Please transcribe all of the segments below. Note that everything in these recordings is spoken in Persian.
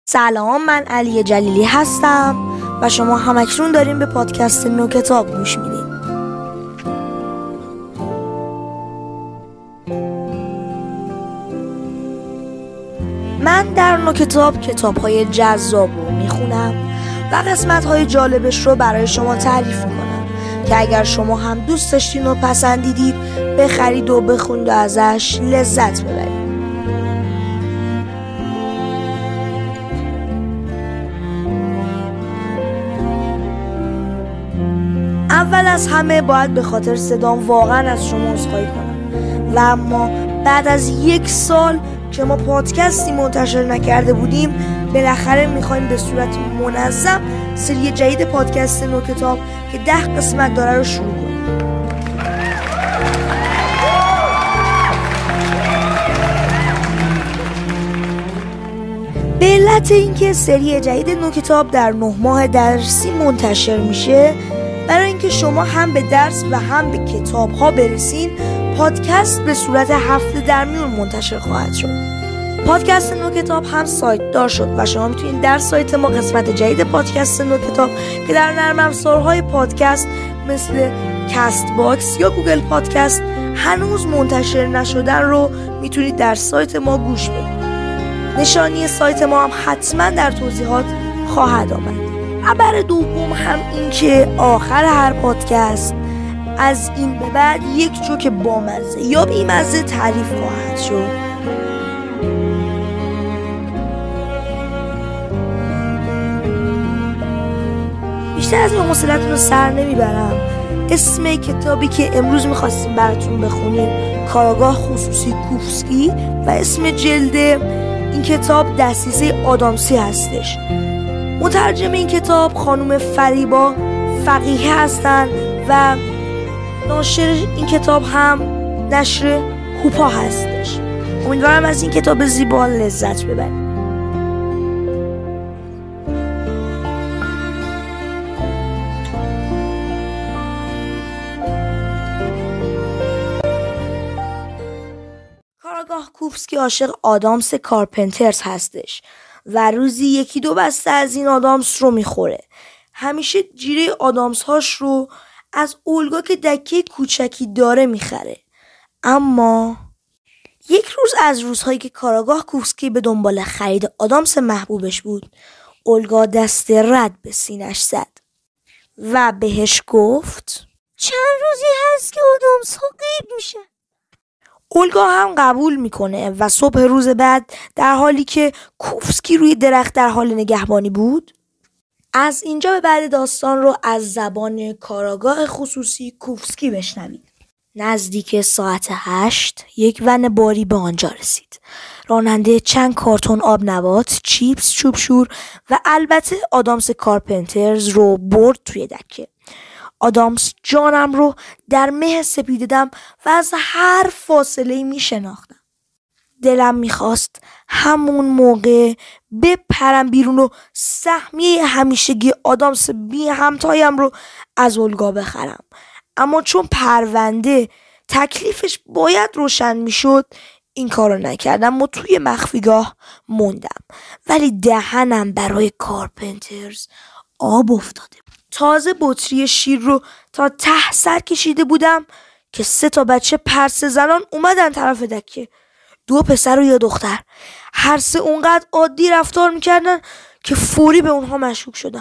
سلام، من علی جلیلی هستم و شما همکنون داریم به پادکست نوکتاب گوش میدین. من در نوکتاب کتاب‌های جذاب رو میخونم و قسمت‌های جالبش رو برای شما تعریف میکنم که اگر شما هم دوست داشتین و پسندیدید بخرید و بخونید و ازش لذت ببرید. اول از همه باید به خاطر صدام واقعا از شما عذرخواهی کنم و اما بعد از 1 سال که ما پادکستی منتشر نکرده بودیم بالاخره میخوایم به صورت منظم سری جدید پادکست نوکتاب که 10 قسمت داره رو شروع کنیم. به علت اینکه سری جدید نوکتاب در 9 ماه درسی منتشر میشه، برای اینکه شما هم به درس و هم به کتاب ها برسین، پادکست به صورت هفته در میون منتشر خواهد شد. پادکست نوکتاب هم سایت دار شد و شما میتونید در سایت ما قسمت جدید پادکست نوکتاب که در نرم افزارهای پادکست مثل کست باکس یا گوگل پادکست هنوز منتشر نشدن رو میتونید در سایت ما گوش بدید. نشانی سایت ما هم حتما در توضیحات خواهد آمد. خبر دوم هم این که آخر هر پادکست از این به بعد یک جوک بامزه یا بیمزه تعریف خواهد شد. بیشتر از این حوصله‌تون رو سر نمیبرم. اسم کتابی که امروز میخواستیم براتون بخونیم کاراگاه خصوصی کوفسکی و اسم جلد این کتاب دسیسه آدامسی هستش. مترجم این کتاب خانم فریبا فقیه هستن و ناشر این کتاب هم نشر هوپا هستش. امیدوارم از این کتاب زیبا لذت ببرید. کاراگاه کوفسکی عاشق آدامس کارپنترز هستش و روزی 1-2 بسته از این آدامس رو میخوره. همیشه جیره آدامس هاش رو از اولگا که دکه کوچکی داره میخره. اما یک روز از روزهایی که کاراگاه کوفسکی به دنبال خرید آدامس محبوبش بود، اولگا دست رد به سینش زد و بهش گفت چند روزی هست که آدامس ها غیب میشه. اولگا هم قبول میکنه و صبح روز بعد در حالی که کوفسکی روی درخت در حال نگهبانی بود، از اینجا به بعد داستان رو از زبان کاراگاه خصوصی کوفسکی بشنوید. نزدیک ساعت 8 یک ون باری به آنجا رسید. راننده چند کارتون آب نبات، چیپس، چوبشور و البته آدامس کارپنترز رو برد توی دکه. آدامس جانم رو در مه سپیدم و از هر فاصله می شناختم. دلم میخواست همون موقع بپرم بیرون و سهمیه همیشگی آدامس بی همتایم رو از اولگا بخرم. اما چون پرونده تکلیفش باید روشن میشد این کارو نکردم و توی مخفیگاه موندم. ولی دهنم برای کارپنترز آب افتاده. تازه بطری شیر رو تا ته سر کشیده بودم که 3 بچه پرسه زنان اومدن طرف دکه. 2 پسر و 1 دختر. هر 3 اونقدر عادی رفتار میکردن که فوری به اونها مشکوک شدم.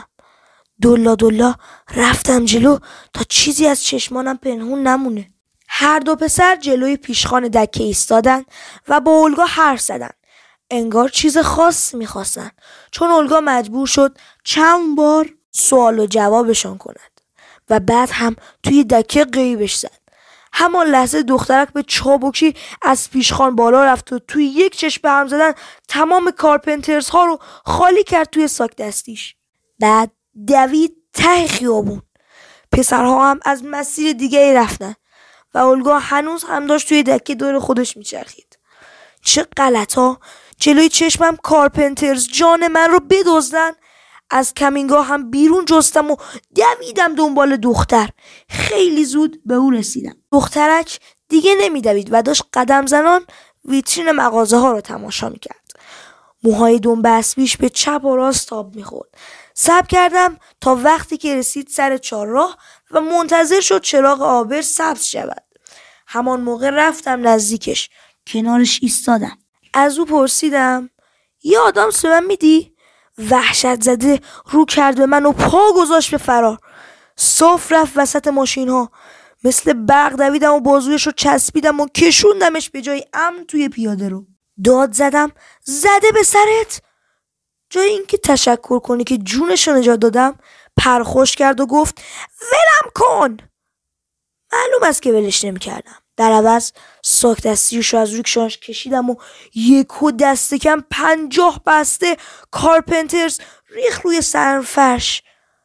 دلا رفتم جلو تا چیزی از چشمانم پنهون نمونه. هر 2 پسر جلوی پیشخان دکه ایستادن و با اولگا حرف زدن. انگار چیز خاص میخواستن، چون اولگا مجبور شد چند بار سوال و جوابشان کند و بعد هم توی دکه غیبش زد. همان لحظه دخترک به چابکی از پیشخان بالا رفت و توی یک چشم به هم زدن تمام کارپنترز ها رو خالی کرد توی ساک دستیش. بعد دوید ته خیابون. پسرها هم از مسیر دیگه رفتن و اولگا هنوز هم داشت توی دکه دور خودش میچرخید. چه غلطا جلوی چشمم کارپنترز جان من رو بدزدن. از کمینگاه هم بیرون جستم و دویدم دنبال دختر. خیلی زود به او رسیدم. دخترک دیگه نمیدوید و داشت قدم زنان ویترین مغازه ها رو تماشا میکرد. موهای دنبه اسبیش به چپ و راست تاب میخورد. صبر کردم تا وقتی که رسید سر چهارراه و منتظر شد چراغ آبر سبز شود. همان موقع رفتم نزدیکش، کنارش ایستادم. از او پرسیدم یه آدم من میدی؟ وحشت زده رو کرد به من و پا گذاشت به فرار. صاف رفت وسط ماشین ها. مثل برق دویدم و بازویش رو چسبیدم و کشوندمش به جای امن توی پیاده رو. داد زدم زده به سرت؟ جای اینکه تشکر کنی که جونش رو نجات دادم، پرخوش کرد و گفت ولم کن. معلوم است که ولش نمی کردم. در عوض ساک دستیش رو از روی کشانش کشیدم و یکو دست کم 50 بسته کارپنترز ریخ روی فرش.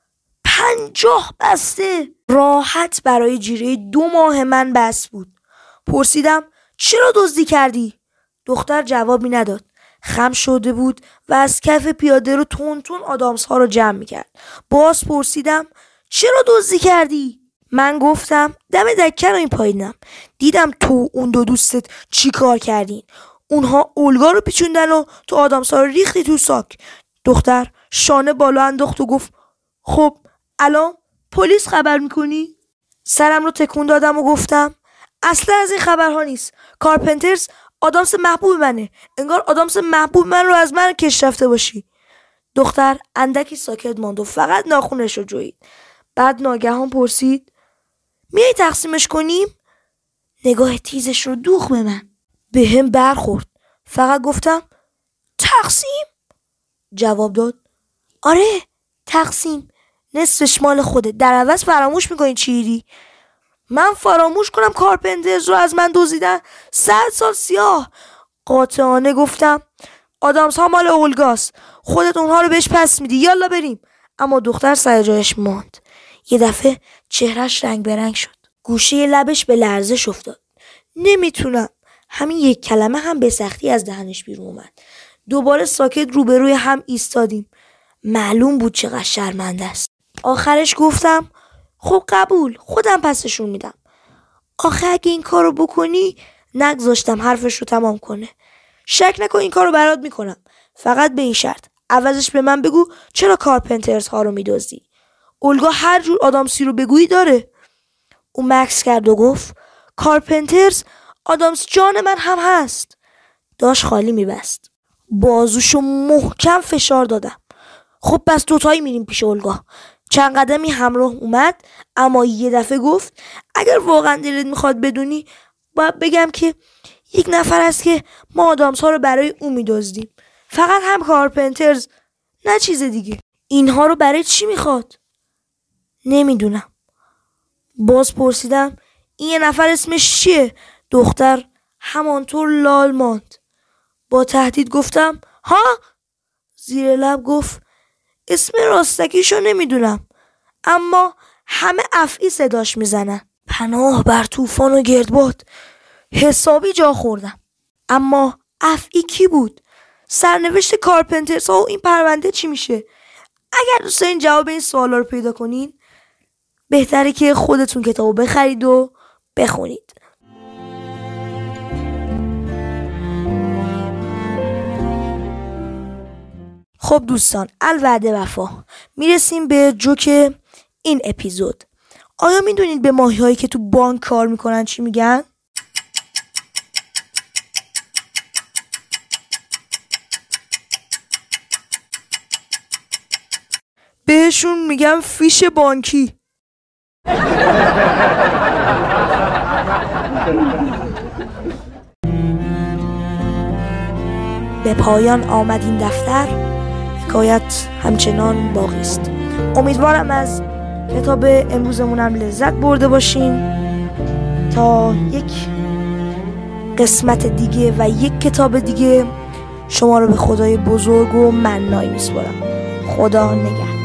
50 بسته راحت برای جیره 2 ماه من بس بود. پرسیدم چرا دزدی کردی؟ دختر جوابی نداد. خم شده بود و از کف پیاده رو تون تون آدامس ها رو جمع میکرد. باز پرسیدم چرا دزدی کردی؟ من گفتم دم دکه رو این پایینم. دیدم تو اون 2 دوستت چی کار کردین. اونها اولگا رو پیچوندن و تو آدامس ها رو ریختی تو ساک. دختر شانه بالا انداخت و گفت خب الان پلیس خبر میکنی؟ سرم رو تکون دادم و گفتم اصلا از این خبرها نیست. کارپنترز آدامس محبوب منه. انگار آدامس محبوب من رو از من کش رفته باشی. دختر اندکی ساکت ماند و فقط ناخونش رو جوید. بعد ناگهان پرسید میای تقسیمش کنیم؟ نگاه تیزش رو دوخت به من. به هم برخورد. فقط گفتم تقسیم؟ جواب داد آره تقسیم. نصفش مال خوده. در عوض فراموش میکنی چیری؟ من فراموش کنم کارپنترز رو از من دزدیدن؟ 100 سال سیاه. قاطعانه گفتم آدامس ها مال اولگاست. خودت اونها رو بهش پس میدی. یالا بریم. اما دختر سر جایش ماند. یه دفعه چهرش رنگ برنگ شد. گوشه لبش به لرزش افتاد. نمیتونم. همین یک کلمه هم به سختی از دهنش بیرون اومد. دوباره ساکت روبروی هم ایستادیم. معلوم بود چقدر شرمنده است. آخرش گفتم خب قبول، خودم پسشون میدم. آخه اگه این کارو بکنی. نگذاشتم حرفش رو تمام کنه. شک نکن این کارو برات میکنم. فقط به این شرط عوضش به من بگو چرا کارپنترز ها رو میدزدی. اولگا هر جور آدامسی رو بگویی داره. او مکس کرد و گفت کارپنترز آدامس جان من هم هست. داشت خالی میبست. بازوشو محکم فشار دادم. خب پس دوتایی میریم پیش اولگا. چند قدمی همراه اومد اما یه دفعه گفت اگر واقعا دلت میخواد بدونی باید بگم که یک نفر هست که ما آدامس ها رو برای اون میدزدیم. فقط هم کارپنترز، نه چیز دیگه. اینها رو برای چی میخواد؟ نمیدونم. باز پرسیدم این یه نفر اسمش چیه؟ دختر همانطور لال ماند. با تهدید گفتم ها؟ زیر لب گفت اسم راستکیشو نمیدونم اما همه افعی صداش میزنن. پناه بر طوفان و گردباد. حسابی جا خوردم. اما افعی کی بود؟ سرنوشت کارپنترز ها و این پرونده چی میشه؟ اگر دوست دارین جواب این سوالا رو پیدا کنین بهتره که خودتون کتابو بخرید و بخونید. خب دوستان، الوعده وفا، میرسیم به جوک این اپیزود. آیا میدونید به ماهی‌هایی که تو بانک کار میکنن چی میگن؟ بهشون میگن فیش بانکی. به پایان آمد این دفتر. حکایت همچنان باقی است. امیدوارم از کتاب امروزمونم لذت برده باشین. تا یک قسمت دیگه و یک کتاب دیگه شما رو به خدای بزرگ و منایی میسپارم. خدا نگهدار.